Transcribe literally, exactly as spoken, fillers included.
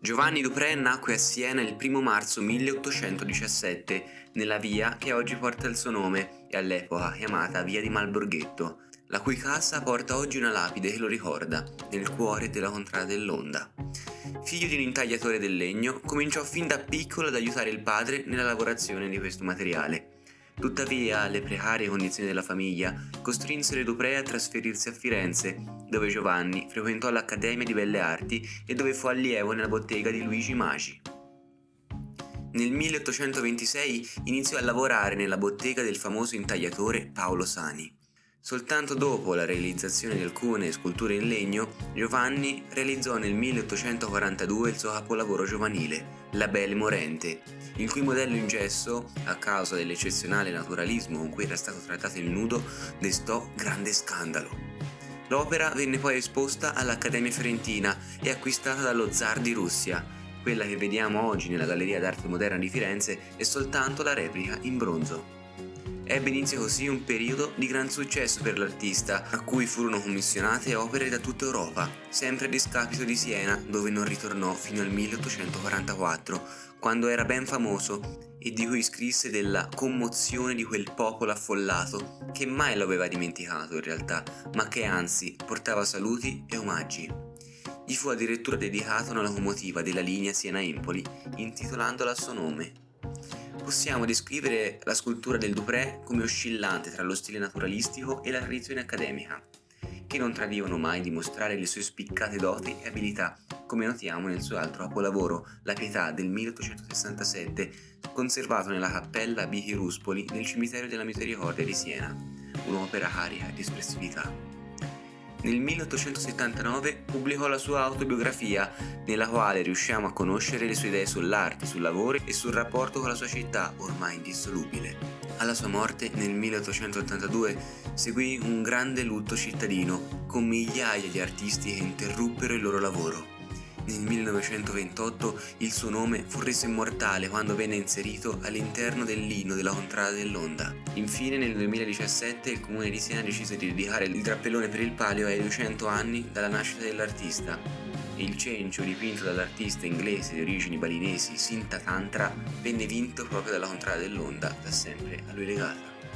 Giovanni Dupré nacque a Siena il primo marzo milleottocentodiciassette, nella via che oggi porta il suo nome e all'epoca chiamata Via di Malborghetto, la cui casa porta oggi una lapide che lo ricorda, nel cuore della contrada dell'Onda. Figlio di un intagliatore del legno, cominciò fin da piccolo ad aiutare il padre nella lavorazione di questo materiale. Tuttavia, le precarie condizioni della famiglia costrinsero Dupré a trasferirsi a Firenze, dove Giovanni frequentò l'Accademia di Belle Arti e dove fu allievo nella bottega di Luigi Magi. Nel milleottocentoventisei iniziò a lavorare nella bottega del famoso intagliatore Paolo Sani. Soltanto dopo la realizzazione di alcune sculture in legno, Giovanni realizzò nel milleottocentoquarantadue il suo capolavoro giovanile, La Belle Morente, il cui modello in gesso, a causa dell'eccezionale naturalismo con cui era stato trattato il nudo, destò grande scandalo. L'opera venne poi esposta all'Accademia Fiorentina e acquistata dallo zar di Russia. Quella che vediamo oggi nella Galleria d'Arte Moderna di Firenze è soltanto la replica in bronzo. Ebbe inizio così un periodo di gran successo per l'artista, a cui furono commissionate opere da tutta Europa, sempre a discapito di Siena, dove non ritornò fino al milleottocentoquarantaquattro, quando era ben famoso e di cui scrisse della commozione di quel popolo affollato che mai lo aveva dimenticato in realtà, ma che anzi portava saluti e omaggi. Gli fu addirittura dedicata una locomotiva della linea Siena-Empoli, intitolandola a suo nome. Possiamo descrivere la scultura del Dupré come oscillante tra lo stile naturalistico e la tradizione accademica, che non tradivano mai di mostrare le sue spiccate doti e abilità, come notiamo nel suo altro capolavoro, La Pietà del milleottocentosessantasette, conservato nella cappella Bichi Ruspoli nel cimitero della Misericordia di Siena, un'opera carica di espressività. Nel milleottocentosettantanove pubblicò la sua autobiografia, nella quale riusciamo a conoscere le sue idee sull'arte, sul lavoro e sul rapporto con la sua città ormai indissolubile. Alla sua morte nel milleottocentottantadue seguì un grande lutto cittadino, con migliaia di artisti che interruppero il loro lavoro. Nel millenovecentoventotto il suo nome fu reso immortale quando venne inserito all'interno del lino della contrada dell'Onda. Infine nel duemiladiciassette il comune di Siena decise di dedicare il drappellone per il palio ai duecento anni dalla nascita dell'artista. Il cencio dipinto dall'artista inglese di origini balinesi Sinta Tantra venne vinto proprio dalla contrada dell'Onda, da sempre a lui legata.